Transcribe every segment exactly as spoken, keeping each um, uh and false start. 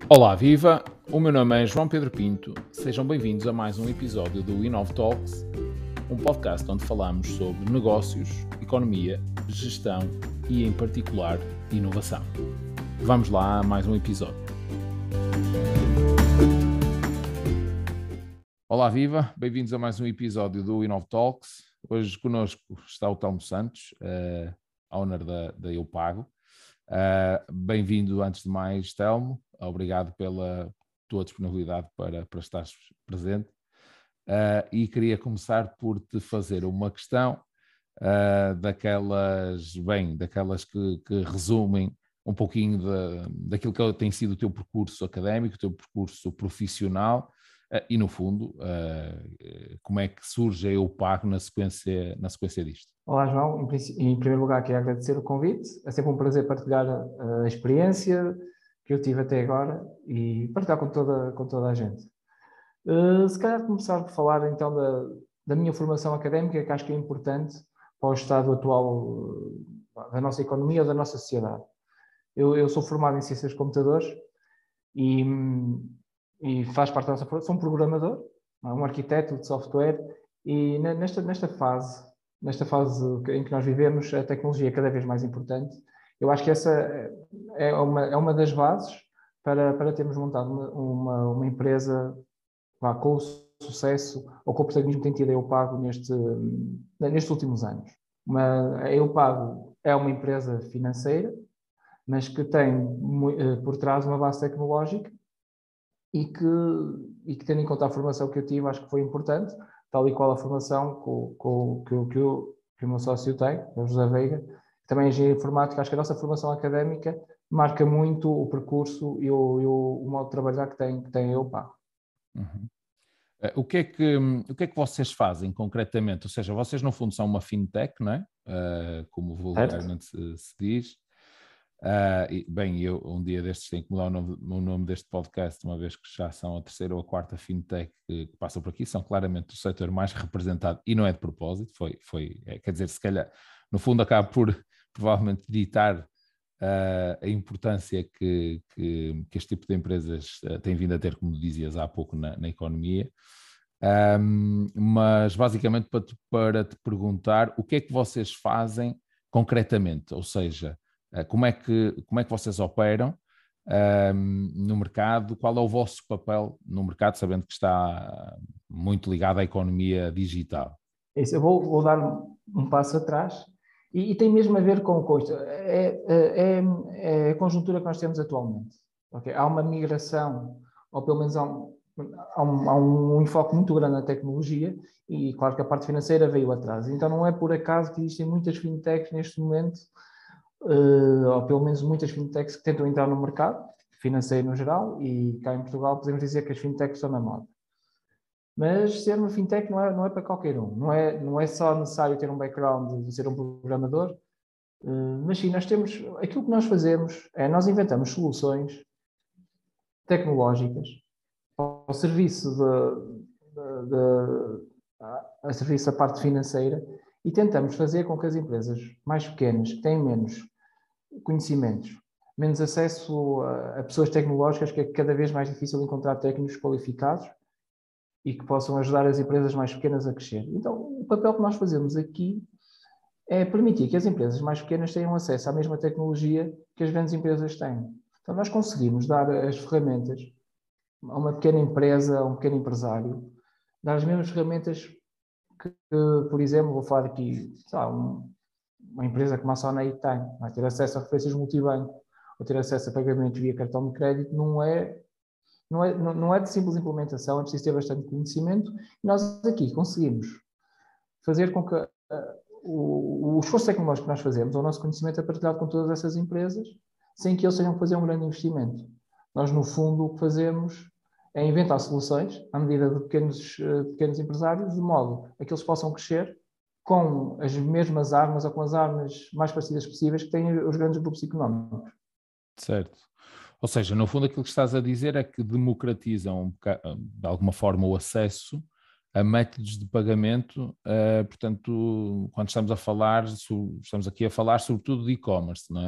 Olá, viva! O meu nome é João Pedro Pinto. Sejam bem-vindos a mais um episódio do Inov Talks, um podcast onde falamos sobre negócios, economia, gestão e, em particular, inovação. Vamos lá a mais um episódio. Olá, viva! Bem-vindos a mais um episódio do Inov Talks. Hoje connosco está o Telmo Santos, uh, owner da, da Eu Pago. Uh, bem-vindo antes de mais, Telmo. Obrigado pela tua disponibilidade para, para estares presente. Uh, e queria começar por te fazer uma questão uh, daquelas, bem, daquelas que, que resumem um pouquinho de, daquilo que tem sido o teu percurso académico, o teu percurso profissional uh, e, no fundo, uh, como é que surge a Eu Pago na sequência, na sequência disto. Olá, João. Em, em primeiro lugar, quero agradecer o convite. É sempre um prazer partilhar a, a experiência que eu tive até agora e partilhar com toda, com toda a gente. Uh, se calhar começar por falar então da, da minha formação académica, que acho que é importante para o estado atual uh, da nossa economia ou da nossa sociedade. Eu, eu sou formado em Ciências de Computadores e, e faz parte da nossa formação. Sou um programador, um arquiteto de software e nesta, nesta fase, nesta fase em que nós vivemos, a tecnologia é cada vez mais importante. Eu acho que essa é uma, é uma das bases para, para termos montado uma, uma, uma empresa lá, com o sucesso ou com o protagonismo que tem tido a Eu Pago neste, nestes últimos anos. Uma, a Eu Pago é uma empresa financeira, mas que tem por trás uma base tecnológica e que, e que, tendo em conta a formação que eu tive, acho que foi importante, tal e qual a formação com, com, que, que, eu, que o meu sócio tem, o José Veiga, também é engenheiro informático. Acho que a nossa formação académica marca muito o percurso e o, e o, o modo de trabalhar que tem, que tem a Eu Pago. Uhum. Uh, o, que é que, o que é que vocês fazem concretamente? Ou seja, vocês no fundo são uma fintech, não é? Uh, como vulgarmente se, se diz. Uh, e, bem, eu um dia destes tenho que mudar o nome, o nome deste podcast, uma vez que já são a terceira ou a quarta fintech que, que passam por aqui, são claramente o setor mais representado e não é de propósito, foi, foi é, quer dizer, se calhar, no fundo acaba por provavelmente ditar uh, a importância que, que, que este tipo de empresas uh, tem vindo a ter, como dizias há pouco, na, na economia. Um, mas basicamente para te, para te perguntar o que é que vocês fazem concretamente, ou seja, como é que, como é que vocês operam um, no mercado, qual é o vosso papel no mercado, sabendo que está muito ligado à economia digital? Isso, eu vou, vou dar um passo atrás e, e tem mesmo a ver com, com isto. É, é, é a conjuntura que nós temos atualmente. Okay? Há uma migração, ou pelo menos há um, há, um, há um enfoque muito grande na tecnologia e claro que a parte financeira veio atrás. Então não é por acaso que existem muitas fintechs neste momento, Uh, ou pelo menos muitas fintechs que tentam entrar no mercado financeiro no geral, e cá em Portugal podemos dizer que as fintechs estão na moda. Mas ser uma fintech não é, não é para qualquer um. Não é, não é só necessário ter um background de ser um programador. Uh, mas sim, nós temos... Aquilo que nós fazemos é nós inventamos soluções tecnológicas ao serviço de, de, de, a serviço da parte financeira e tentamos fazer com que as empresas mais pequenas, que têm menos conhecimentos, menos acesso a, a pessoas tecnológicas, que é cada vez mais difícil encontrar técnicos qualificados e que possam ajudar as empresas mais pequenas a crescer. Então, o papel que nós fazemos aqui é permitir que as empresas mais pequenas tenham acesso à mesma tecnologia que as grandes empresas têm. Então, nós conseguimos dar as ferramentas a uma pequena empresa, a um pequeno empresário, dar as mesmas ferramentas que, por exemplo, vou falar aqui, sabe, um, uma empresa como a Sonei tem. Vai ter acesso a referências multibanco ou ter acesso a pagamentos via cartão de crédito não é, não é, não é de simples implementação, é preciso ter bastante conhecimento. E nós aqui conseguimos fazer com que uh, o, o esforço tecnológico que nós fazemos, o nosso conhecimento é partilhado com todas essas empresas, sem que eles tenham que fazer um grande investimento. Nós, no fundo, o que fazemos é inventar soluções à medida de pequenos, uh, pequenos empresários, de modo a que eles possam crescer com as mesmas armas ou com as armas mais parecidas possíveis que têm os grandes grupos económicos. Certo. Ou seja, no fundo aquilo que estás a dizer é que democratizam um bocado, de alguma forma o acesso a métodos de pagamento, uh, portanto, quando estamos a falar, estamos aqui a falar sobretudo de e-commerce, não é?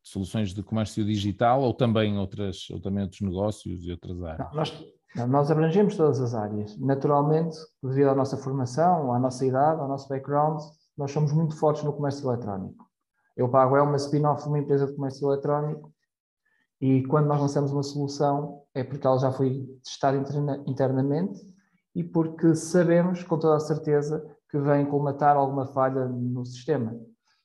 soluções de comércio digital ou também, outras, ou também outros negócios e outras áreas? Não, nós, nós abrangemos todas as áreas. Naturalmente, devido à nossa formação, à nossa idade, ao nosso background, nós somos muito fortes no comércio eletrónico. Eu Pago é uma spin-off de uma empresa de comércio eletrónico e quando nós lançamos uma solução é porque ela já foi testada interna, internamente e porque sabemos com toda a certeza que vem colmatar alguma falha no sistema.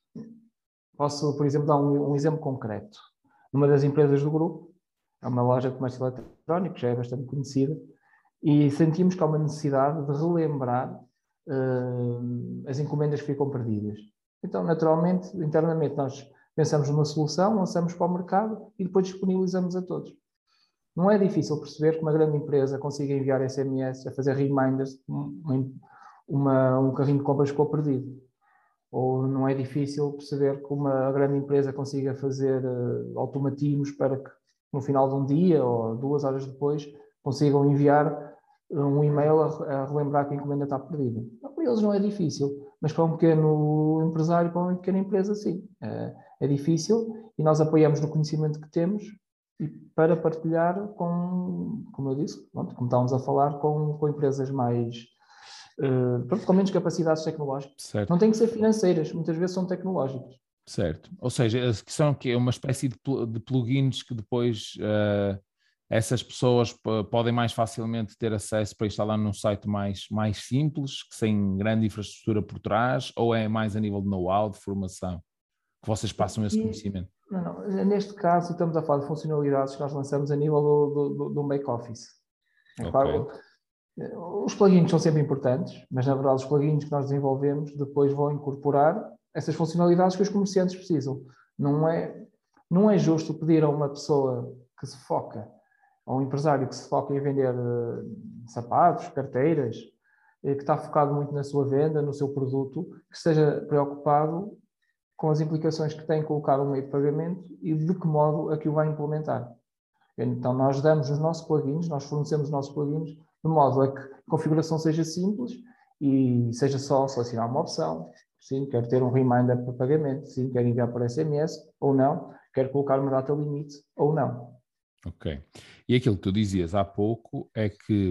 Posso, por exemplo, dar um, um exemplo concreto. Numa das empresas do grupo, é uma loja de comércio eletrónico, que já é bastante conhecida, e sentimos que há uma necessidade de relembrar uh, as encomendas que ficam perdidas. Então, naturalmente, internamente, nós pensamos numa solução, lançamos para o mercado e depois disponibilizamos a todos. Não é difícil perceber que uma grande empresa consiga enviar S M S, a fazer reminders, uma, uma, um carrinho de compras ficou perdido. Ou não é difícil perceber que uma grande empresa consiga fazer uh, automatismos para que no final de um dia ou duas horas depois consigam enviar um e-mail a, a relembrar que a encomenda está perdida. Para eles não é difícil, mas para um pequeno empresário, para uma pequena empresa, sim. É, é difícil e nós apoiamos no conhecimento que temos e para partilhar com, como eu disse, pronto, como estávamos a falar, com, com empresas mais, uh, com menos capacidades tecnológicas. Certo. Não tem que ser financeiras, muitas vezes são tecnológicas. Certo. Ou seja, que são que é uma espécie de, de plugins que depois uh, essas pessoas p- podem mais facilmente ter acesso para instalar num site mais, mais simples, que sem grande infraestrutura por trás, ou é mais a nível de know-how, de formação, que vocês passam esse E, conhecimento? não, não, neste caso, estamos a falar de funcionalidades que nós lançamos a nível do, do, do back-office. É Ok. claro, os plugins são sempre importantes, mas na verdade os plugins que nós desenvolvemos depois vão incorporar essas funcionalidades que os comerciantes precisam. Não é, não é justo pedir a uma pessoa que se foca, a um empresário que se foca em vender uh, sapatos, carteiras, uh, que está focado muito na sua venda, no seu produto, que esteja preocupado com as implicações que tem colocar um meio de pagamento e de que modo a que o vai implementar. Então nós damos os nossos plugins, nós fornecemos os nossos plugins de modo a que a configuração seja simples e seja só selecionar uma opção. Sim, quero ter um reminder para pagamento. Sim, quero enviar por S M S ou não. Quero colocar uma data limite ou não. Ok. E aquilo que tu dizias há pouco é que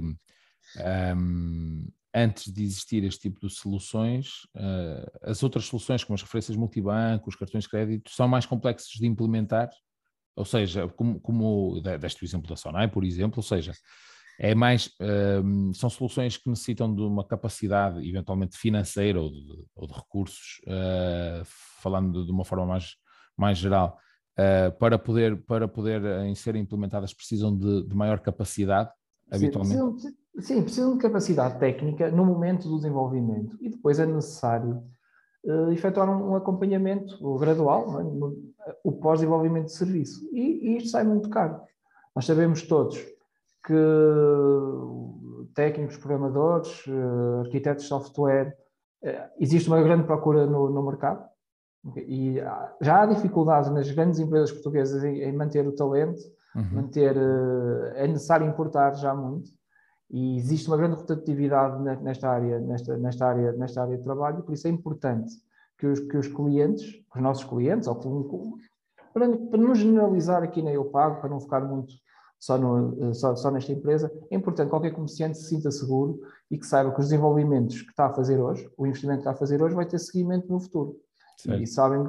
um, antes de existir este tipo de soluções, uh, as outras soluções, como as referências multibanco, os cartões de crédito, são mais complexos de implementar. Ou seja, como, como deste o exemplo da Sonai, por exemplo, ou seja, é mais, um, são soluções que necessitam de uma capacidade, eventualmente financeira ou de, ou de recursos, uh, falando de uma forma mais, mais geral, uh, para, poder, para poderem serem implementadas precisam de, de maior capacidade, Sim, habitualmente? precisam, sim, precisam de capacidade técnica no momento do desenvolvimento e depois é necessário uh, efetuar um, um acompanhamento gradual, não é? no, o pós-desenvolvimento de serviço. E, e isto sai muito caro. Nós sabemos todos que técnicos, programadores, uh, arquitetos de software, uh, existe uma grande procura no, no mercado e há, já há dificuldades nas grandes empresas portuguesas em, em manter o talento, uhum. manter, uh, é necessário importar já muito e existe uma grande rotatividade nesta área, nesta, nesta área, nesta área de trabalho, por isso é importante que os, que os clientes, os nossos clientes, ou como, para, para não generalizar aqui na Eu Pago, para não ficar muito só, no, só, só nesta empresa, é importante que qualquer comerciante se sinta seguro e que saiba que os desenvolvimentos que está a fazer hoje, o investimento que está a fazer hoje, vai ter seguimento no futuro. Certo. E sabem,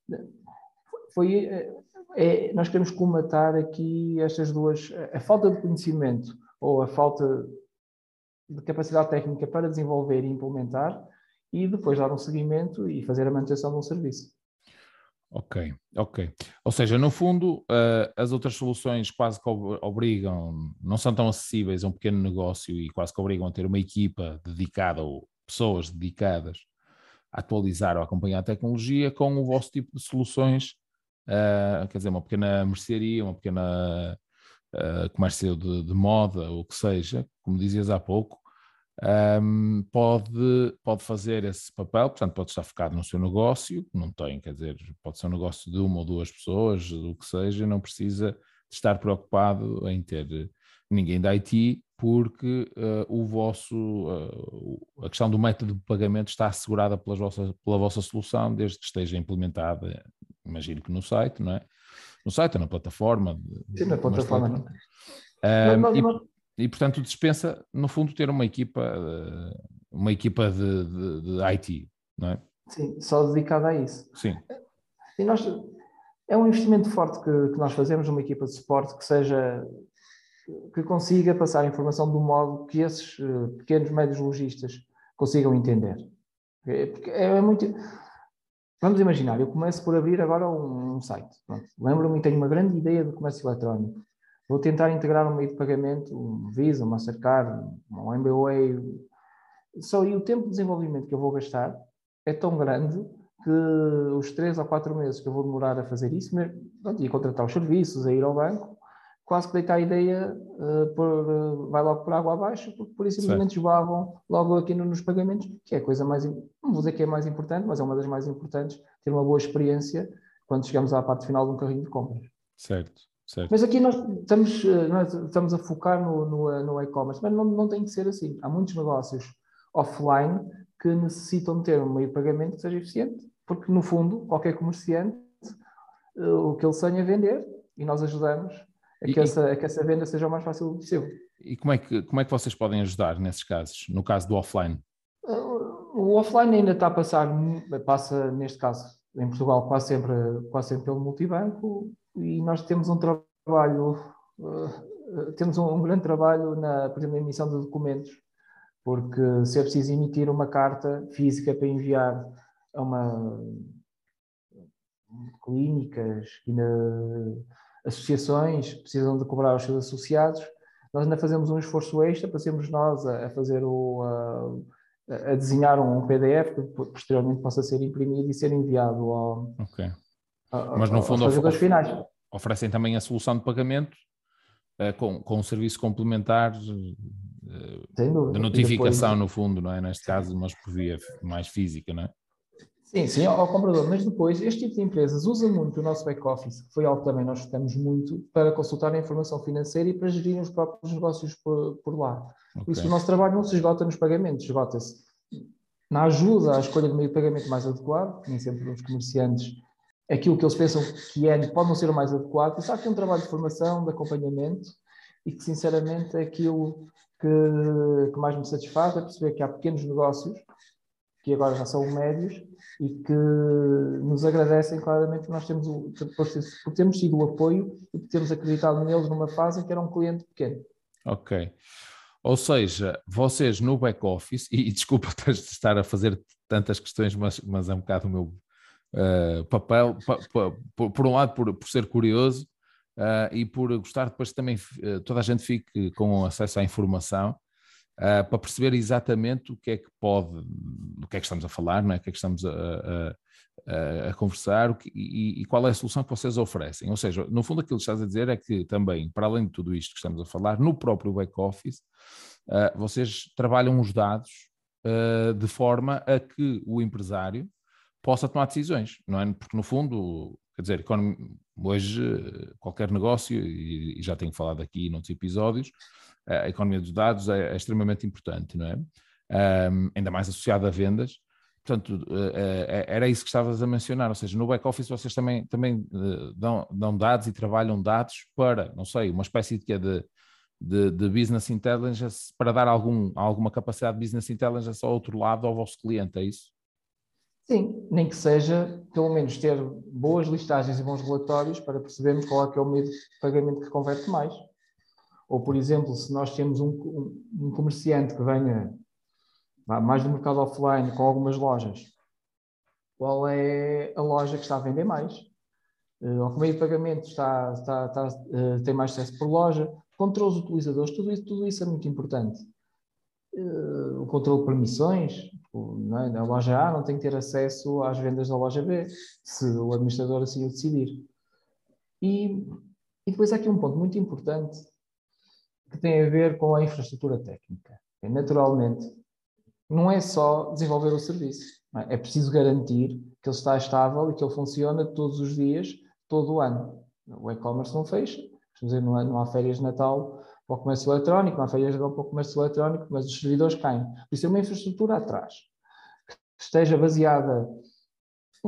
foi, é, nós queremos comatar aqui estas duas, a falta de conhecimento ou a falta de capacidade técnica para desenvolver e implementar e depois dar um seguimento e fazer a manutenção de um serviço. Ok, ok. Ou seja, no fundo, uh, as outras soluções quase que obrigam, não são tão acessíveis a um pequeno negócio e quase que obrigam a ter uma equipa dedicada ou pessoas dedicadas a atualizar ou a acompanhar a tecnologia com o vosso tipo de soluções, uh, quer dizer, uma pequena mercearia, uma pequena uh, comércio de, de moda, ou o que seja, como dizias há pouco, Um, pode, pode fazer esse papel, portanto pode estar focado no seu negócio, não tem, quer dizer, pode ser um negócio de uma ou duas pessoas, o que seja, não precisa de estar preocupado em ter ninguém da I T, porque uh, o vosso, uh, a questão do método de pagamento está assegurada pelas vossas, pela vossa solução, desde que esteja implementada imagino que no site, não é? No site ou na plataforma. Sim, na plataforma não. Um, mas, mas, e, e, portanto, dispensa, no fundo, ter uma equipa, uma equipa de, de, de I T, não é? Sim, só dedicada a isso. Sim. E nós, é um investimento forte que, que nós fazemos numa equipa de suporte que seja, que consiga passar a informação de um modo que esses uh, pequenos médios lojistas consigam entender. É, porque é muito... Vamos imaginar, eu começo por abrir agora um, um site. Lembro-me, tenho uma grande ideia de comércio eletrónico. Vou tentar integrar um meio de pagamento, um Visa, um Mastercard, um M B W A. Só e o tempo de desenvolvimento que eu vou gastar é tão grande que os três ou quatro meses que eu vou demorar a fazer isso, e a contratar os serviços, a ir ao banco, quase que deita a ideia, uh, por, uh, vai logo por água abaixo, porque por isso simplesmente esbarram logo aqui no, nos pagamentos, que é a coisa mais, não vou dizer que é mais importante, mas é uma das mais importantes, ter uma boa experiência quando chegamos à parte final de um carrinho de compras. Certo, certo. Mas aqui nós estamos, nós estamos a focar no, no, no e-commerce, mas não, não tem que ser assim. Há muitos negócios offline que necessitam de ter um meio de pagamento que seja eficiente, porque no fundo, qualquer comerciante, uh, o que ele sonha é vender, e nós ajudamos a que, e, essa, a que essa venda seja o mais fácil possível. E como é, que, como é que vocês podem ajudar nesses casos, no caso do offline? O offline ainda está a passar, passa neste caso, em Portugal, quase sempre, quase sempre pelo multibanco, e nós temos um trabalho, uh, temos um, um grande trabalho na, por exemplo, na emissão de documentos, porque se é preciso emitir uma carta física para enviar a uma clínicas e na, associações que precisam de cobrar os seus associados, nós ainda fazemos um esforço extra para sermos nós a, a fazer o a, a desenhar um P D F que posteriormente possa ser imprimido e ser enviado ao, okay. a, Mas no fundo aos of, finais. Oferecem também a solução de pagamento uh, com, com um serviço complementar uh, de notificação depois, no fundo, não é? Neste sim. caso, mas por via mais física, não é? Sim, sim, ao comprador, mas depois este tipo de empresas usa muito o nosso back-office, que foi algo que também nós estamos muito, para consultar a informação financeira e para gerir os próprios negócios por, por lá. Okay. Por isso o nosso trabalho não se esgota nos pagamentos, esgota-se na ajuda à escolha do meio de pagamento mais adequado, nem sempre os comerciantes, aquilo que eles pensam que é, pode não ser o mais adequado, e há aqui um trabalho de formação, de acompanhamento, e que sinceramente é aquilo que, que mais me satisfaz, é perceber que há pequenos negócios, que agora já são médios, e que nos agradecem claramente que nós temos, o, por termos tido o apoio e por termos acreditado neles numa fase em que era um cliente pequeno. Ok. Ou seja, vocês no back-office, e, e desculpa estar a fazer tantas questões, mas, mas é um bocado o meu uh, papel, pa, pa, por, por um lado por, por ser curioso uh, e por gostar depois que também uh, toda a gente fique com acesso à informação, Uh, para perceber exatamente o que é que pode, do que é que estamos a falar, não é? O que é que estamos a, a, a, a conversar o que, e, e qual é a solução que vocês oferecem. Ou seja, no fundo aquilo que estás a dizer é que também, para além de tudo isto que estamos a falar, no próprio back-office, uh, vocês trabalham os dados uh, de forma a que o empresário possa tomar decisões, não é? Porque no fundo, quer dizer, hoje qualquer negócio, e já tenho falado aqui noutros episódios, a economia dos dados é, é extremamente importante, não é? Um, ainda mais associada a vendas. Portanto, uh, era isso que estavas a mencionar, ou seja, no back-office vocês também, também uh, dão, dão dados e trabalham dados para, não sei, uma espécie de, de, de, de business intelligence, para dar algum, alguma capacidade de business intelligence ao outro lado, ao vosso cliente, é isso? Sim, nem que seja, pelo menos, ter boas listagens e bons relatórios para percebermos qual é que é o meio de pagamento que converte mais. Ou, por exemplo, se nós temos um, um, um comerciante que venha mais do mercado offline com algumas lojas, qual é a loja que está a vender mais? Uh, ou que meio de pagamento está, está, está, uh, tem mais sucesso por loja? Controles de utilizadores, tudo isso, tudo isso é muito importante. Uh, o controle de permissões, não é? A loja A não tem que ter acesso às vendas da loja B, se o administrador assim o decidir. E, e depois há aqui um ponto muito importante que tem a ver com a infraestrutura técnica. Naturalmente, não é só desenvolver o serviço. Não é? É preciso garantir que ele está estável e que ele funciona todos os dias, todo o ano. O e-commerce não fecha. Dizer, não, há, não há férias de Natal para o comércio eletrónico, não há férias de Natal para o comércio eletrónico, mas os servidores caem. Por isso é uma infraestrutura atrás. Que esteja baseada...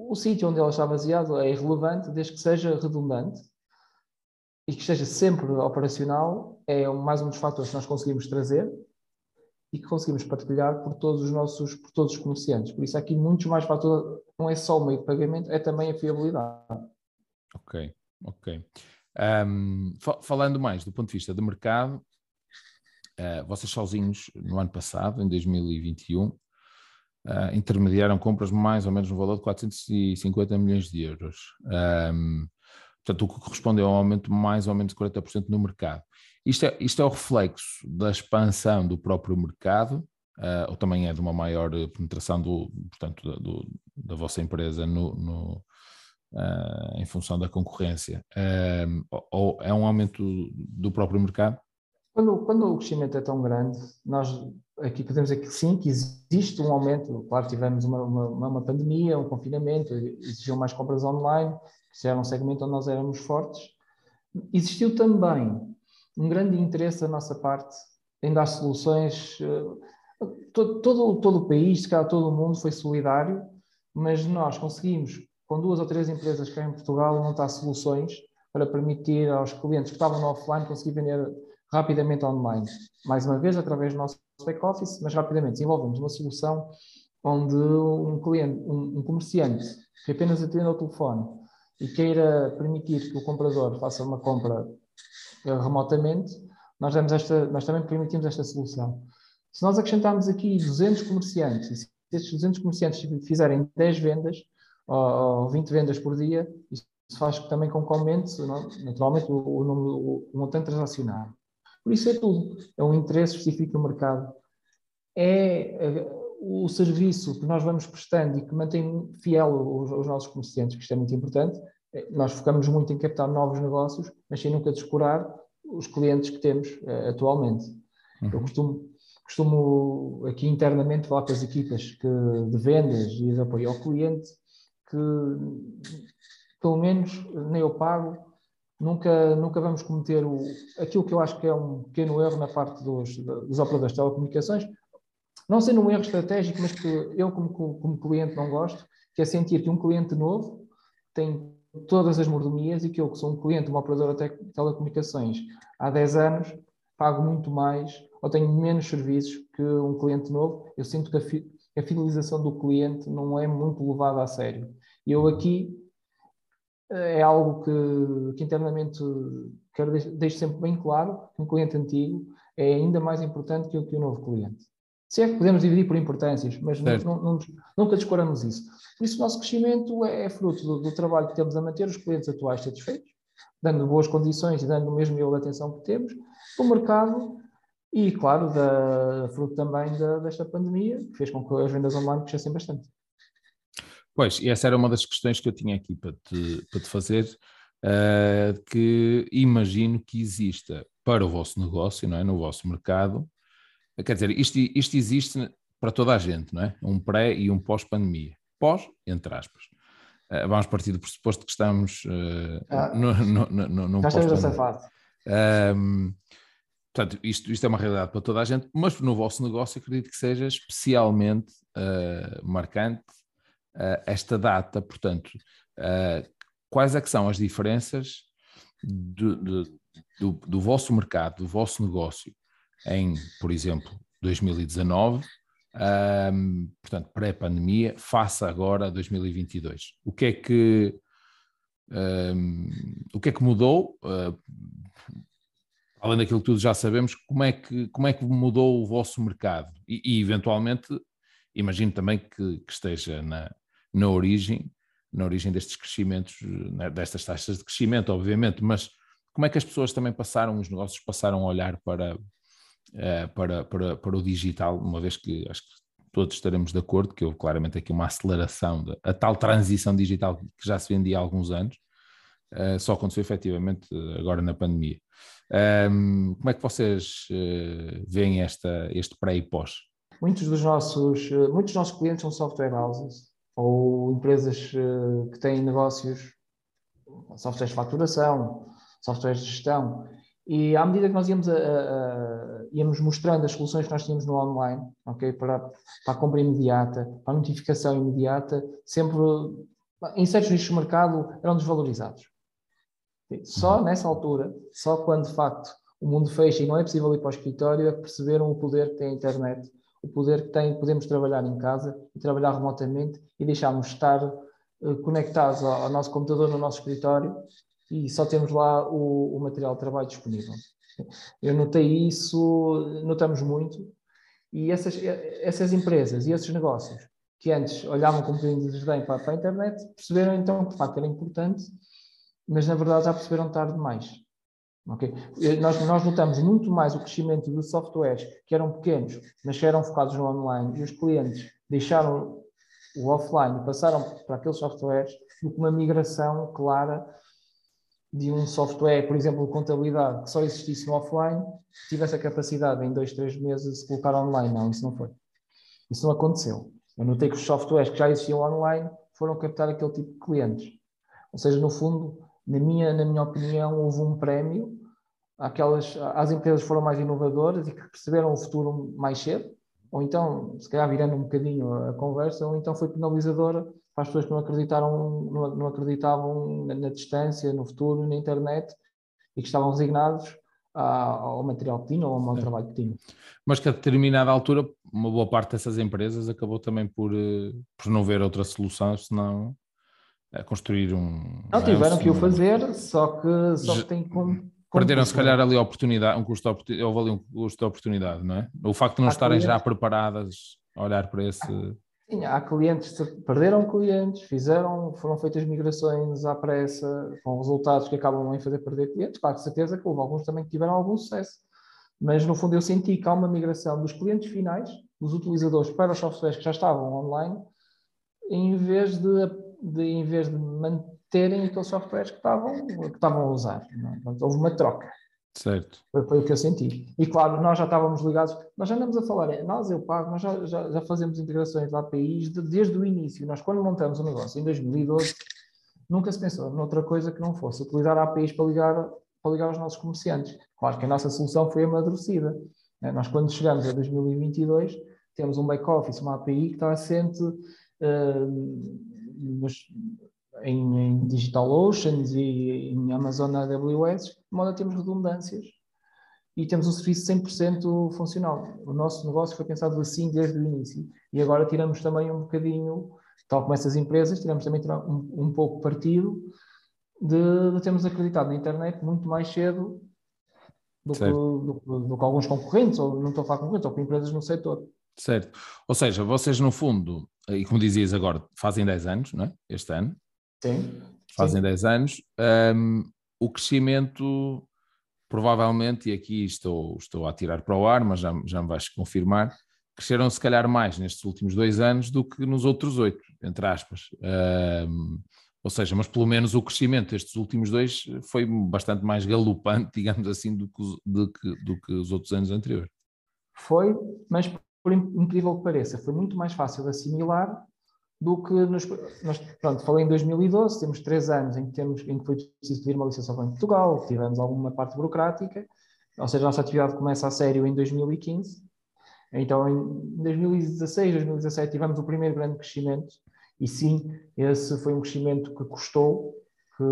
o sítio onde ela está baseado é irrelevante, desde que seja redundante e que esteja sempre operacional, é mais um dos fatores que nós conseguimos trazer e que conseguimos partilhar por todos os nossos, por todos os comerciantes. Por isso, há aqui muitos mais fatores, não é só o meio de pagamento, é também a fiabilidade. Ok, ok. Um, falando mais do ponto de vista de mercado, uh, vocês sozinhos, no ano passado, em dois mil e vinte e um, uh, intermediaram compras mais ou menos no valor de quatrocentos e cinquenta milhões de euros. Um, portanto, o que corresponde a um aumento de mais ou menos quarenta por cento no mercado. Isto é, isto é o reflexo da expansão do próprio mercado, uh, ou também é de uma maior penetração do, portanto, do, da vossa empresa no, no, uh, em função da concorrência, uh, ou, ou é um aumento do próprio mercado? Quando, quando o crescimento é tão grande, nós aqui podemos dizer que sim, que existe um aumento. Claro, tivemos uma, uma, uma pandemia, um confinamento, exigiam mais compras online, que era um segmento onde nós éramos fortes. Existiu também um grande interesse da nossa parte em dar soluções. Todo, todo, todo o país, se calhar todo o mundo foi solidário, mas nós conseguimos, com duas ou três empresas cá em Portugal, montar soluções para permitir aos clientes que estavam no offline conseguir vender rapidamente online. Mais uma vez, através do nosso back-office, mas rapidamente desenvolvemos uma solução onde um cliente, um, um comerciante que apenas atende ao telefone e queira permitir que o comprador faça uma compra remotamente, nós, damos esta, nós também permitimos esta solução. Se nós acrescentarmos aqui duzentos comerciantes, e se estes duzentos comerciantes fizerem dez vendas ou vinte vendas por dia, isso faz também com que aumente naturalmente o, o, o, o montante transacionado. Por isso é tudo. É um interesse específico no mercado. É o serviço que nós vamos prestando e que mantém fiel os, os nossos comerciantes, que isto é muito importante. Nós focamos muito em captar novos negócios, mas sem nunca descurar os clientes que temos uh, atualmente. Uhum. Eu costumo, costumo aqui internamente falar com as equipas que, de vendas e de apoio ao cliente que pelo menos nem eu pago. Nunca, nunca vamos cometer o, aquilo que eu acho que é um pequeno erro na parte dos, dos operadores de telecomunicações, não sendo um erro estratégico, mas que eu como, como cliente não gosto, que é sentir que um cliente novo tem todas as mordomias e que eu, que sou um cliente de uma operadora de telecomunicações há dez anos, pago muito mais ou tenho menos serviços que um cliente novo. Eu sinto que a, fi, a fidelização do cliente não é muito levada a sério. E eu aqui é algo que, que internamente quero deixar sempre bem claro que um cliente antigo é ainda mais importante que o, que o novo cliente. Se é que podemos dividir por importâncias, mas não, não, nunca descuramos isso. Por isso, o nosso crescimento é, é fruto do, do trabalho que temos a manter os clientes atuais satisfeitos, dando boas condições e dando o mesmo nível de atenção que temos, o mercado e, claro, da, fruto também da, desta pandemia, que fez com que as vendas online crescessem bastante. Pois, e essa era uma das questões que eu tinha aqui para te, para te fazer, uh, que imagino que exista para o vosso negócio, não é? No vosso mercado. Quer dizer, isto, isto existe para toda a gente, não é? Um pré e um pós-pandemia. Pós, entre aspas. Uh, vamos partir do pressuposto que estamos uh, ah, no, no, no, no já estamos nessa fase. Um, portanto, isto, isto é uma realidade para toda a gente, mas no vosso negócio acredito que seja especialmente uh, marcante uh, esta data. Portanto, uh, quais é que são as diferenças do, do, do, do vosso mercado, do vosso negócio em, por exemplo, dois mil e dezanove, um, portanto, pré-pandemia, face agora a dois mil e vinte e dois. O que é que, um, o que é que mudou? Uh, além daquilo que todos já sabemos, como é que, como é que mudou o vosso mercado? E, e eventualmente, imagino também que, que esteja na, na origem, na origem destes crescimentos, né, destas taxas de crescimento, obviamente, mas como é que as pessoas também passaram, os negócios passaram a olhar para... Uh, para, para, para o digital, uma vez que acho que todos estaremos de acordo que houve claramente aqui uma aceleração, de, a tal transição digital que já se vendia há alguns anos, uh, só aconteceu efetivamente agora na pandemia. Um, como é que vocês uh, veem esta, este pré e pós? Muitos dos nossos, muitos dos nossos clientes são software houses ou empresas uh, que têm negócios, softwares de faturação, softwares de gestão. E à medida que nós íamos, a, a, a, íamos mostrando as soluções que nós tínhamos no online, okay, para, para a compra imediata, para a notificação imediata, sempre em certos nichos de mercado eram desvalorizados. Só nessa altura, só quando de facto o mundo fecha e não é possível ir para o escritório, é que perceberam o poder que tem a internet, o poder que tem, podemos trabalhar em casa e trabalhar remotamente e deixarmos de estar uh, conectados ao, ao nosso computador no nosso escritório e só temos lá o, o material de trabalho disponível. Eu notei isso, notamos muito, e essas, essas empresas e esses negócios que antes olhavam com um bocadinho de desdém para, para a internet, perceberam então que de facto era importante, mas na verdade já perceberam tarde demais. Okay? Nós, nós notamos muito mais o crescimento de softwares que eram pequenos, mas que eram focados no online, e os clientes deixaram o offline e passaram para aqueles softwares do que uma migração clara de um software, por exemplo, de contabilidade, que só existisse no offline, tivesse a capacidade em dois, três meses de se colocar online. Não, isso não foi. Isso não aconteceu. Eu notei que os softwares que já existiam online foram captar aquele tipo de clientes. Ou seja, no fundo, na minha, na minha opinião, houve um prémio àquelas, às empresas que foram mais inovadoras e que perceberam o futuro mais cedo, ou então, se calhar virando um bocadinho a conversa, ou então foi penalizadora para as pessoas que não acreditaram, não, não acreditavam na, na distância, no futuro, na internet, e que estavam resignados ao material que tinham ou ao mau trabalho que tinham. Mas que a determinada altura, uma boa parte dessas empresas acabou também por, por não ver outra solução, senão a construir um... Não, tiveram que o fazer, só que, só que tem como... Perderam se calhar ali a oportunidade, um custo, houve ali um custo de oportunidade, não é? O facto de não estarem já preparadas a olhar para esse... Sim, há clientes que perderam clientes, fizeram, foram feitas migrações à pressa, com resultados que acabam em fazer perder clientes. Claro, de certeza que houve alguns também que tiveram algum sucesso. Mas, no fundo, eu senti que há uma migração dos clientes finais, dos utilizadores, para os softwares que já estavam online, em vez de, de, em vez de manterem aqueles softwares que estavam, que estavam a usar. Não? Portanto, houve uma troca. Certo. Foi, foi o que eu senti. E claro, nós já estávamos ligados, nós já andamos a falar, nós, eu pago, nós já, já, já fazemos integrações de A P Is de, desde o início. Nós, quando montamos o negócio, em dois mil e doze, nunca se pensou noutra coisa que não fosse utilizar A P Is para ligar, para ligar aos nossos comerciantes. Claro que a nossa solução foi amadurecida. Nós, quando chegamos a dois mil e vinte e dois, temos um back-office, uma A P I que está assente uh, nos, em, em DigitalOcean e em Amazon A W S, de modo a termos redundâncias e temos um serviço cem por cento funcional. O nosso negócio foi pensado assim desde o início e agora tiramos também um bocadinho, tal como essas empresas, tiramos também um, um pouco partido de, de termos acreditado na internet muito mais cedo do que, do, do que alguns concorrentes, ou não estou a falar concorrentes, ou com empresas no setor. Certo. Ou seja, vocês no fundo, e como dizias agora, fazem dez anos, não é? Este ano. Sim. Fazem sim. dez anos. Um, o crescimento, provavelmente, e aqui estou, estou a tirar para o ar, mas já, já me vais confirmar, cresceram se calhar mais nestes últimos dois anos do que nos outros oito, entre aspas. Um, ou seja, mas pelo menos o crescimento destes últimos dois foi bastante mais galopante, digamos assim, do que, do que, do que os outros anos anteriores. Foi, mas por incrível que pareça, foi muito mais fácil de assimilar do que nos... Nós, pronto, falei em dois mil e doze, temos três anos em que, temos, em que foi preciso pedir uma licença ao Banco de Portugal, tivemos alguma parte burocrática, ou seja, a nossa atividade começa a sério em dois mil e quinze. Então, em dois mil e dezasseis, dois mil e dezassete, tivemos o primeiro grande crescimento, e sim, esse foi um crescimento que custou, que,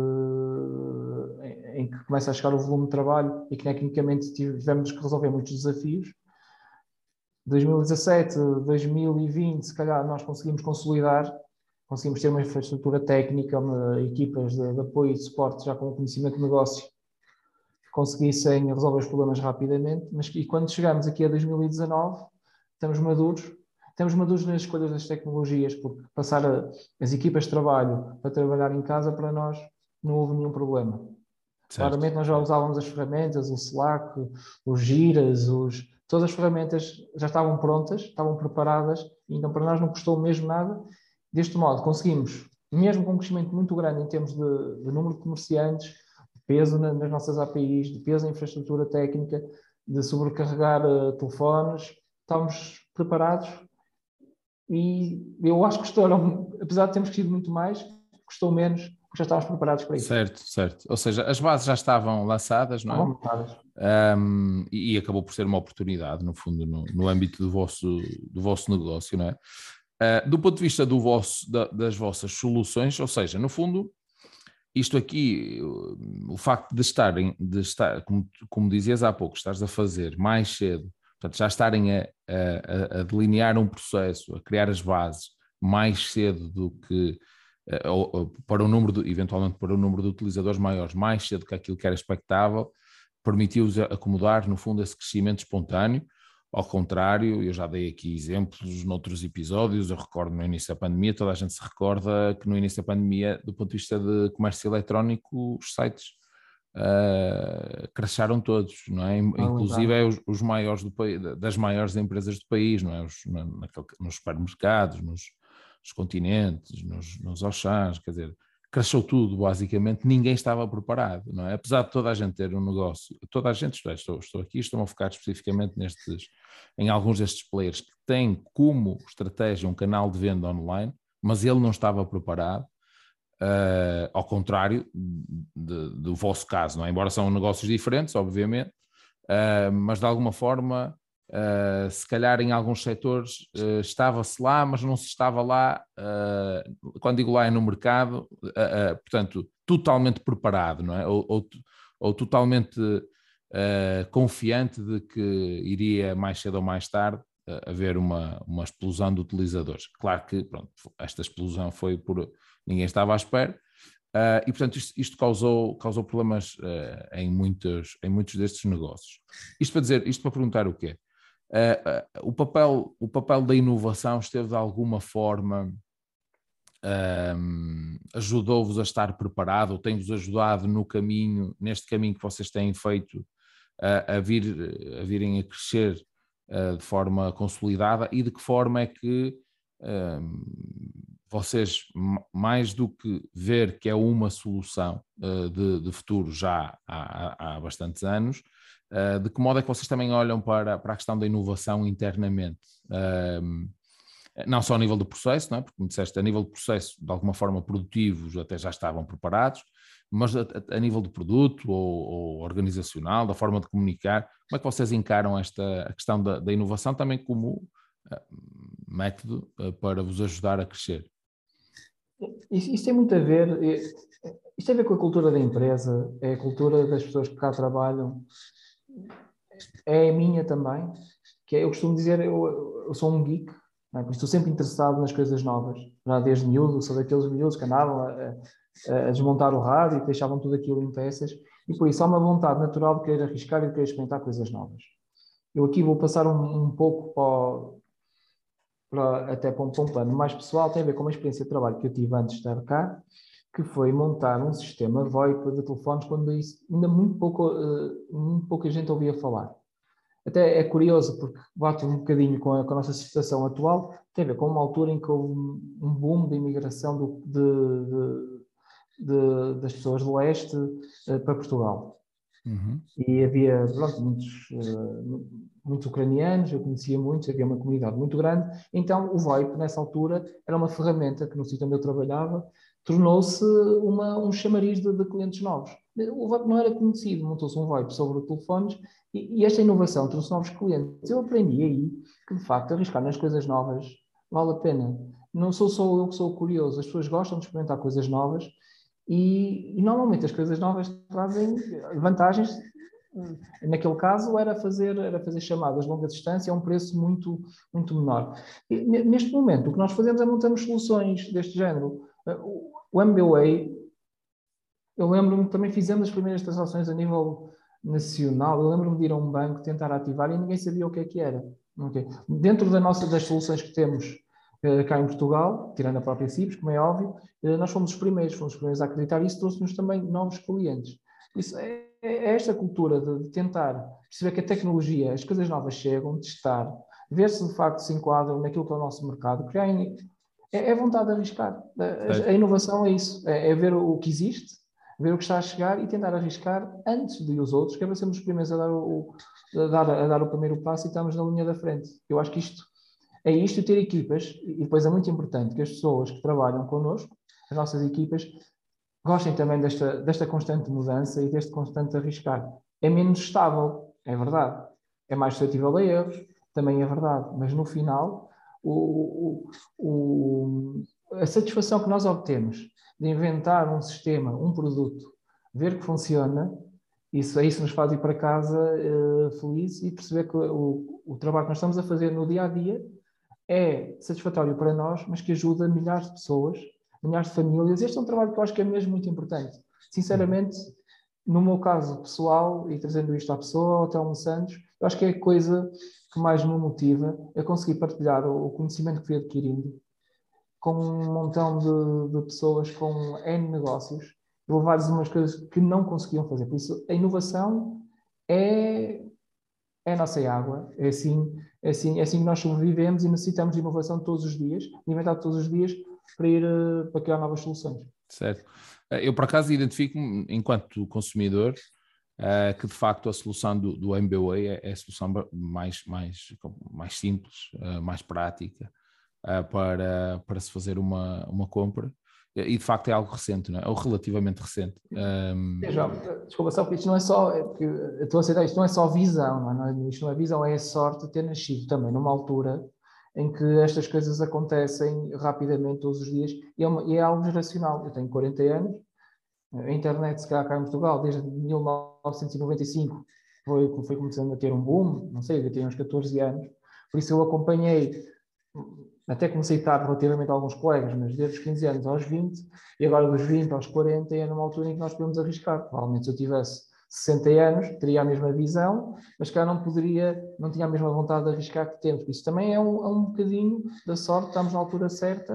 em, em que começa a chegar o volume de trabalho e que tecnicamente tivemos que resolver muitos desafios. dois mil e dezassete, dois mil e vinte, se calhar nós conseguimos consolidar, conseguimos ter uma infraestrutura técnica, uma, equipas de, de apoio e de suporte já com conhecimento de negócio, que conseguissem resolver os problemas rapidamente, mas e quando chegamos aqui a dois mil e dezanove, estamos maduros, estamos maduros nas escolhas das tecnologias, porque passar a, as equipas de trabalho para trabalhar em casa, para nós, não houve nenhum problema. Certo. Claramente nós já usávamos as ferramentas, o Slack, os Giras, os... todas as ferramentas já estavam prontas, estavam preparadas, então para nós não custou mesmo nada. Deste modo, conseguimos, mesmo com um crescimento muito grande em termos de, de número de comerciantes, de peso na, nas nossas A P Is, de peso em infraestrutura técnica, de sobrecarregar uh, telefones, estávamos preparados e eu acho que custou, apesar de termos crescido muito mais, custou menos, porque já estávamos preparados para isso. Certo, certo. Ou seja, as bases já estavam lançadas, não é? Estavam montadas. Um, e, e acabou por ser uma oportunidade, no fundo, no, no âmbito do vosso, do vosso negócio, não é? Uh, do ponto de vista do vosso, da, das vossas soluções, ou seja, no fundo, isto aqui, o, o facto de estarem, de estar, como, como dizias há pouco, estás a fazer mais cedo, portanto, já estarem a, a, a delinear um processo, a criar as bases mais cedo do que, uh, ou, ou, para o número, de, eventualmente para o número de utilizadores maiores, mais cedo que aquilo que era expectável, permitiu-vos acomodar, no fundo, esse crescimento espontâneo. Ao contrário, eu já dei aqui exemplos noutros episódios, eu recordo no início da pandemia, toda a gente se recorda que no início da pandemia, do ponto de vista de comércio eletrónico, os sites uh, cresceram todos, não é? Inclusive é os, os maiores do país, das maiores empresas do país, não é? Os, na, naquele, nos supermercados, nos, nos continentes, nos, nos Auchans, quer dizer, cresceu tudo, basicamente, ninguém estava preparado, não é? Apesar de toda a gente ter um negócio, toda a gente, estou, estou aqui, estou a focar especificamente nestes, em alguns destes players que têm como estratégia um canal de venda online, mas ele não estava preparado, uh, ao contrário de, do vosso caso, não é? Embora são negócios diferentes, obviamente, uh, mas de alguma forma... Uh, se calhar em alguns setores uh, estava-se lá, mas não se estava lá, uh, quando digo lá é no mercado, uh, uh, portanto, totalmente preparado, não é? Ou, ou, ou totalmente uh, confiante de que iria mais cedo ou mais tarde uh, haver uma, uma explosão de utilizadores. Claro que, pronto, esta explosão foi por... ninguém estava à espera, uh, e portanto isto, isto causou, causou problemas uh, em, muitos, em muitos destes negócios. Isto para dizer, isto para perguntar o quê? Uh, uh, o, papel, o papel da inovação esteve de alguma forma, um, ajudou-vos a estar preparado, ou tem-vos ajudado no caminho, neste caminho que vocês têm feito, uh, a, vir, a virem a crescer uh, de forma consolidada, e de que forma é que um, vocês, mais do que ver que é uma solução uh, de, de futuro já há, há bastantes anos, Uh, de que modo é que vocês também olham para, para a questão da inovação internamente? Uh, não só a nível do processo, não é? Porque, como disseste, a nível do processo, de alguma forma, produtivos até já estavam preparados, mas a, a, a nível do produto ou, ou organizacional, da forma de comunicar, como é que vocês encaram esta a questão da, da inovação também como uh, método uh, para vos ajudar a crescer? Isso, isso tem muito a ver, isto tem a ver com a cultura da empresa, é a cultura das pessoas que cá trabalham, é a minha também, que é, eu costumo dizer, eu, eu sou um geek, não é? Estou sempre interessado nas coisas novas, já desde miúdo, sou daqueles miúdos que andavam a, a, a desmontar o rádio e deixavam tudo aquilo em peças, e por isso há uma vontade natural de querer arriscar e de querer experimentar coisas novas. Eu aqui vou passar um, um pouco para, o, para, até para um, para um plano mais pessoal, tem a ver com uma experiência de trabalho que eu tive antes de estar cá, que foi montar um sistema VoIP de telefones quando isso, ainda muito, pouco, muito pouca gente ouvia falar. Até é curioso, porque bate um bocadinho com a, com a nossa situação atual, tem a ver com uma altura em que houve um boom de imigração do, de, de, de, das pessoas do leste uh, para Portugal. Uhum. E havia pronto, muitos, uh, muitos ucranianos, eu conhecia muitos, havia uma comunidade muito grande. Então o VoIP, nessa altura, era uma ferramenta que no sítio onde eu trabalhava tornou-se uma, um chamariz de, de clientes novos. O VoIP não era conhecido, montou-se um VoIP sobre telefones e, e esta inovação trouxe novos clientes. Eu aprendi aí que, de facto, arriscar nas coisas novas vale a pena. Não sou só eu que sou curioso, as pessoas gostam de experimentar coisas novas e, e normalmente as coisas novas trazem vantagens. Naquele caso era fazer, era fazer chamadas de longa distância a um preço muito, muito menor. E, neste momento, o que nós fazemos é montamos soluções deste género. O M B W A, eu lembro-me que também fizemos as primeiras transações a nível nacional. Eu lembro-me de ir a um banco tentar ativar e ninguém sabia o que é que era. Okay. Dentro da nossa, das soluções que temos uh, cá em Portugal, tirando a própria Cibes, como é óbvio, uh, nós fomos os primeiros, fomos os primeiros a acreditar e isso trouxe-nos também novos clientes. Isso é, é esta cultura de, de tentar perceber que a tecnologia, as coisas novas chegam, testar, ver se de facto se enquadram naquilo que é o nosso mercado, criar É, é vontade de arriscar. A, a inovação é isso. É, é ver o que existe, ver o que está a chegar e tentar arriscar antes de os outros, que é para sermos os primeiros a dar o, a dar, a dar o primeiro passo e estamos na linha da frente. Eu acho que isto é isto, ter equipas, e depois é muito importante que as pessoas que trabalham connosco, as nossas equipas, gostem também desta, desta constante mudança e deste constante arriscar. É menos estável, é verdade. É mais suscetível a erros, também é verdade. Mas no final... o, o, a satisfação que nós obtemos de inventar um sistema, um produto, ver que funciona, isso, isso nos faz ir para casa uh, feliz e perceber que o, o trabalho que nós estamos a fazer no dia a dia é satisfatório para nós, mas que ajuda milhares de pessoas, milhares de famílias. Este é um trabalho que eu acho que é mesmo muito importante. Sinceramente, no meu caso pessoal, e trazendo isto à pessoa, ao Telmo Santos, eu acho que é a coisa que mais me motiva a conseguir partilhar o, o conhecimento que fui adquirindo com um montão de, de pessoas com N negócios e levar-lhes umas coisas que não conseguiam fazer. Por isso, a inovação é, é a nossa água. É assim, é, assim, é assim que nós sobrevivemos e necessitamos de inovação todos os dias, de inventar todos os dias para ir para criar novas soluções. Certo. Eu, por acaso, identifico-me, enquanto consumidor, uh, que, de facto, a solução do, do M B W A é, é a solução mais, mais, mais simples, uh, mais prática, uh, para, para se fazer uma, uma compra. E, de facto, é algo recente, não é? Ou relativamente recente. Um... É, João, desculpa, só porque isto não é só... É porque eu estou a aceitar, isto não é só visão, não é? Isto não é visão, é a sorte de ter nascido também numa altura em que estas coisas acontecem rapidamente todos os dias e é, uma, e é algo geracional. Eu tenho quarenta anos, a internet, se calhar cá em Portugal, desde mil novecentos e noventa e cinco, foi, foi começando a ter um boom, não sei, eu tenho uns catorze anos, por isso eu acompanhei, até comecei tarde relativamente a alguns colegas, mas desde os quinze anos aos vinte, e agora dos vinte aos quarenta, é numa altura em que nós podemos arriscar. Provavelmente se eu tivesse sessenta anos, teria a mesma visão, mas cá não poderia, não tinha a mesma vontade de arriscar que temos. Isso também é um, é um bocadinho da sorte, estamos na altura certa,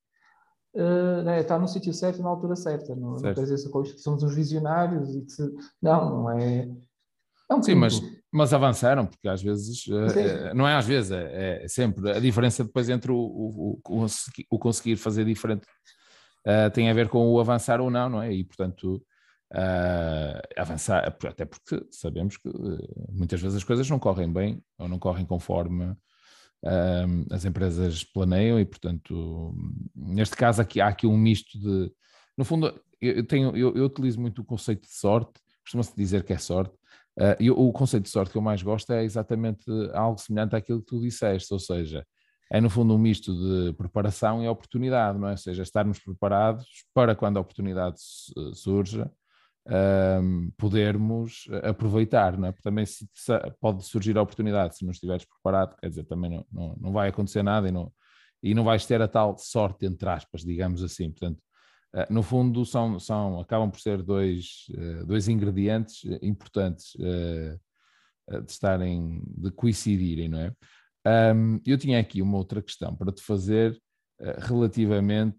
uh, né? Está no sítio certo na altura certa. Não, não quer dizer que somos uns visionários e que se... Não, não é... É um Sim, mas, tudo. mas avançaram, porque às vezes, uh, não é às vezes, é, é sempre, a diferença depois entre o, o, o, o conseguir fazer diferente uh, tem a ver com o avançar ou não, não é? E, portanto... Uh, avançar, até porque sabemos que uh, muitas vezes as coisas não correm bem ou não correm conforme uh, as empresas planeiam e, portanto, neste caso aqui há aqui um misto de, no fundo, eu, tenho, eu, eu utilizo muito o conceito de sorte, costuma-se dizer que é sorte, uh, e o conceito de sorte que eu mais gosto é exatamente algo semelhante àquilo que tu disseste, ou seja, é no fundo um misto de preparação e oportunidade, não é? Ou seja, estarmos preparados para quando a oportunidade surja, Um, podermos aproveitar, não é? Porque também se, se, pode surgir a oportunidade, se não estiveres preparado, quer dizer, também não, não, não vai acontecer nada e não, e não vais ter a tal sorte, entre aspas, digamos assim. Portanto, uh, no fundo, são, são, acabam por ser dois, uh, dois ingredientes importantes uh, de estarem, de coincidirem, não é? Um, eu tinha aqui uma outra questão para te fazer uh, relativamente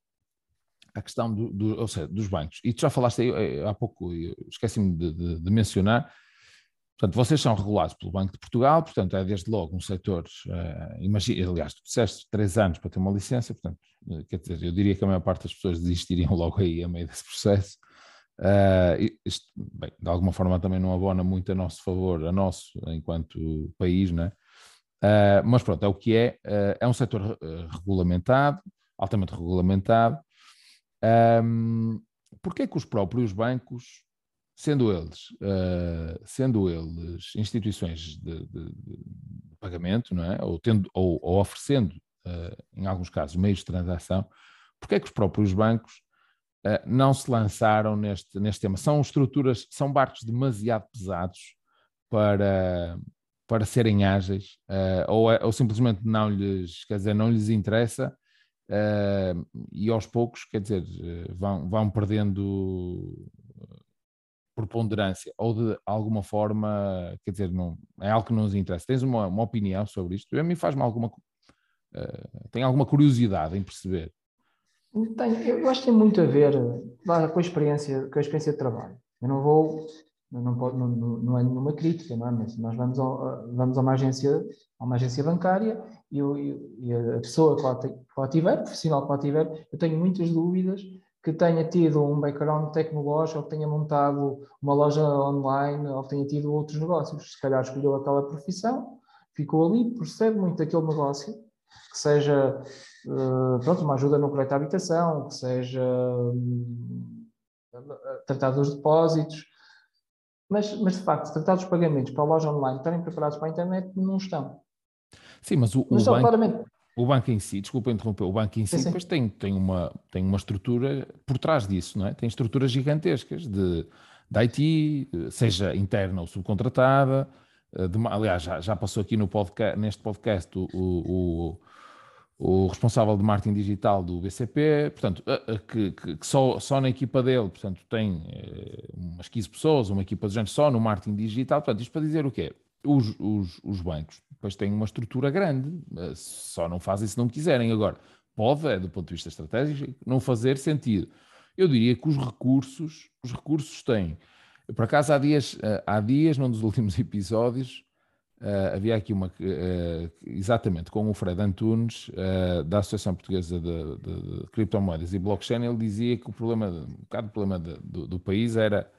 a questão do, do, ou seja, dos bancos. E tu já falaste aí há pouco, esqueci-me de, de, de mencionar, portanto, vocês são regulados pelo Banco de Portugal, portanto, é desde logo um setor, uh, imagina, aliás, tu disseste três anos para ter uma licença, portanto, quer dizer, eu diria que a maior parte das pessoas desistiriam logo aí a meio desse processo. Uh, isto, bem, de alguma forma também não abona muito a nosso favor, a nosso, enquanto país, não é? Uh, mas pronto, é o que é, uh, é um setor uh, regulamentado, altamente regulamentado. Um, porque é que os próprios bancos, sendo eles, uh, sendo eles instituições de, de, de pagamento, não é? ou, tendo, ou, ou oferecendo, uh, em alguns casos, meios de transação, porque é que os próprios bancos uh, não se lançaram neste, neste tema? São estruturas, são barcos demasiado pesados para, para serem ágeis, uh, ou, ou simplesmente não lhes, quer dizer, não lhes interessa. Uh, e aos poucos, quer dizer, vão, vão perdendo preponderância, ou de alguma forma, quer dizer, não, é algo que não nos interessa. Tens uma, uma opinião sobre isto? A mim faz-me alguma, uh, tenho alguma curiosidade em perceber. Tenho, eu acho que tem muito a ver com a experiência, com a experiência de trabalho. Eu não vou, não, pode, não, não é nenhuma crítica, não é? Mas nós vamos, ao, vamos a uma agência, a uma agência bancária e, eu, e a pessoa que lá, tem, que lá tiver, o profissional que lá tiver, eu tenho muitas dúvidas que tenha tido um background tecnológico, ou que tenha montado uma loja online, ou que tenha tido outros negócios. Se calhar escolheu aquela profissão, ficou ali, percebe muito daquele negócio, que seja uh, pronto, uma ajuda no crédito à habitação, que seja um, tratar dos depósitos, mas, mas de facto, tratar dos pagamentos para a loja online, estarem preparados para a internet, não estão. Sim, mas o, não o, estão, banco, claramente. o banco em si, desculpa interromper, o banco em si, depois tem, tem, uma, tem uma estrutura por trás disso, não é? Tem estruturas gigantescas de, de I T, seja interna ou subcontratada. De, aliás, já, já passou aqui no podcast, neste podcast o, o, o, o responsável de marketing digital do B C P, portanto, que, que, que só, só na equipa dele, portanto, tem umas quinze pessoas, uma equipa de gente só no marketing digital. Portanto, isto para dizer o quê? Os, os, os bancos depois têm uma estrutura grande, só não fazem se não quiserem. Agora, pode, é, do ponto de vista estratégico, não fazer sentido. Eu diria que os recursos, os recursos têm. Por acaso, há dias, há dias num dos últimos episódios, uh, havia aqui uma, uh, exatamente, com o Fred Antunes, uh, da Associação Portuguesa de, de, de Criptomoedas e Blockchain. Ele dizia que o problema, um bocado o problema de, do, do país era...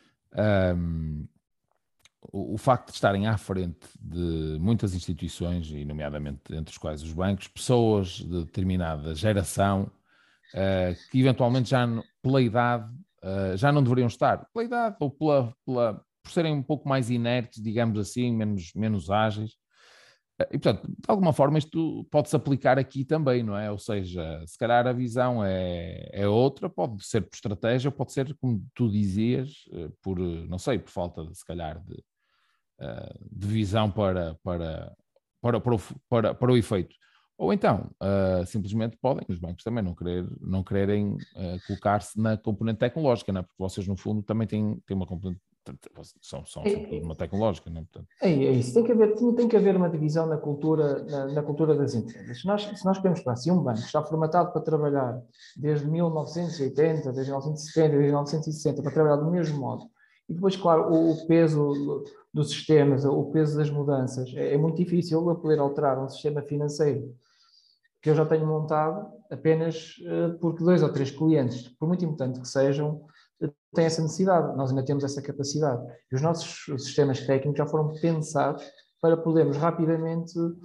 Um, O, o facto de estarem à frente de muitas instituições, e nomeadamente entre os quais os bancos, pessoas de determinada geração uh, que eventualmente já pela idade uh, já não deveriam estar, pela idade ou pela, pela, por serem um pouco mais inertes, digamos assim, menos, menos ágeis. Uh, e portanto, de alguma forma isto pode-se aplicar aqui também, não é? Ou seja, se calhar a visão é, é outra, pode ser por estratégia, pode ser, como tu dizias, uh, por, não sei, por falta de, se calhar, de de visão para, para, para, para, o, para, para o efeito. Ou então, uh, simplesmente podem, os bancos também não, querer, não quererem uh, colocar-se na componente tecnológica, não é? Porque vocês, no fundo, também têm, têm uma componente, são, são é, sobretudo uma tecnológica, não é? Portanto... é, é isso, tem que, haver, tem, tem que haver uma divisão na cultura, na, na cultura das empresas. Se nós, se nós queremos falar, se um banco está formatado para trabalhar desde mil novecentos e oitenta, desde mil novecentos e setenta, desde mil novecentos e sessenta, para trabalhar do mesmo modo, e depois, claro, o, o peso dos sistemas, o peso das mudanças, é, é muito difícil eu poder alterar um sistema financeiro que eu já tenho montado apenas uh, porque dois ou três clientes, por muito importante que sejam, uh, têm essa necessidade. Nós ainda temos essa capacidade. E os nossos sistemas técnicos já foram pensados para podermos rapidamente, uh,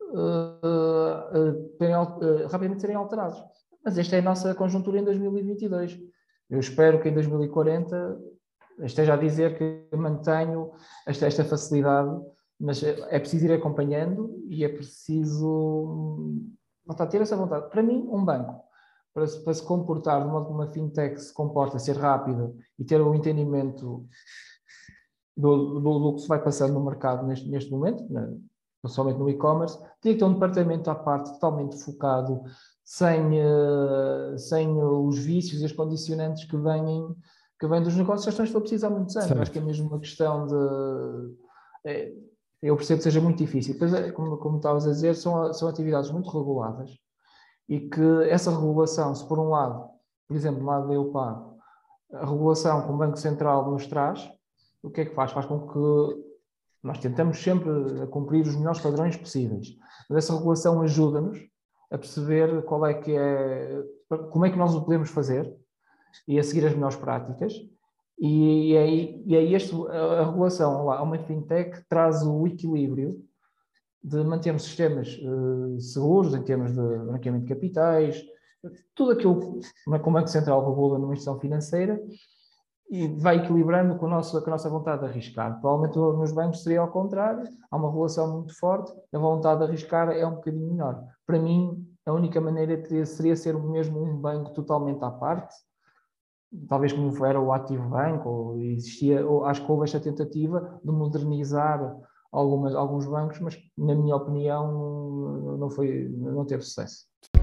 uh, uh, rapidamente serem alterados. Mas esta é a nossa conjuntura em dois mil e vinte e dois. Eu espero que em dois mil e quarenta esteja a dizer que mantenho esta, esta facilidade, mas é preciso ir acompanhando e é preciso ter essa vontade. Para mim, um banco, para se, para se comportar de modo que uma fintech se comporta, ser rápida e ter o um entendimento do, do, do que se vai passando no mercado neste, neste momento, né, principalmente no e-commerce, tem que ter um departamento à parte totalmente focado, sem, uh, sem os vícios e os condicionantes que vêm que vem dos negócios, já estão estabelecidos há muitos anos. Acho que é mesmo uma questão de... É, eu percebo que seja muito difícil. Depois, como, como estavas a dizer, são, são atividades muito reguladas e que essa regulação, se por um lado, por exemplo, do lado da EUPAR, a regulação que o Banco Central nos traz, o que é que faz? Faz com que nós tentamos sempre cumprir os melhores padrões possíveis. Mas essa regulação ajuda-nos a perceber qual é que é... como é que nós o podemos fazer e a seguir as melhores práticas, e aí, e aí este, a, a regulação lá, uma fintech traz o equilíbrio de mantermos sistemas uh, seguros em termos de branqueamento de capitais, tudo aquilo que o Banco Central regula numa instituição financeira, e vai equilibrando com a nossa, com a nossa vontade de arriscar. Provavelmente nos bancos seria ao contrário, há uma regulação muito forte, a vontade de arriscar é um bocadinho menor. Para mim, a única maneira seria ser mesmo um banco totalmente à parte, talvez como era o Ativo Banco, ou existia, ou acho que houve esta tentativa de modernizar algumas, alguns bancos, mas na minha opinião não, foi, não teve sucesso.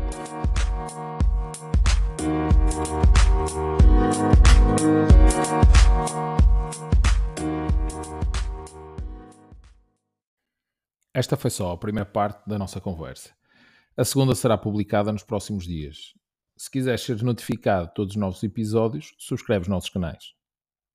Esta foi só a primeira parte da nossa conversa. A segunda será publicada nos próximos dias. Se quiseres ser notificado de todos os novos episódios, subscreve os nossos canais.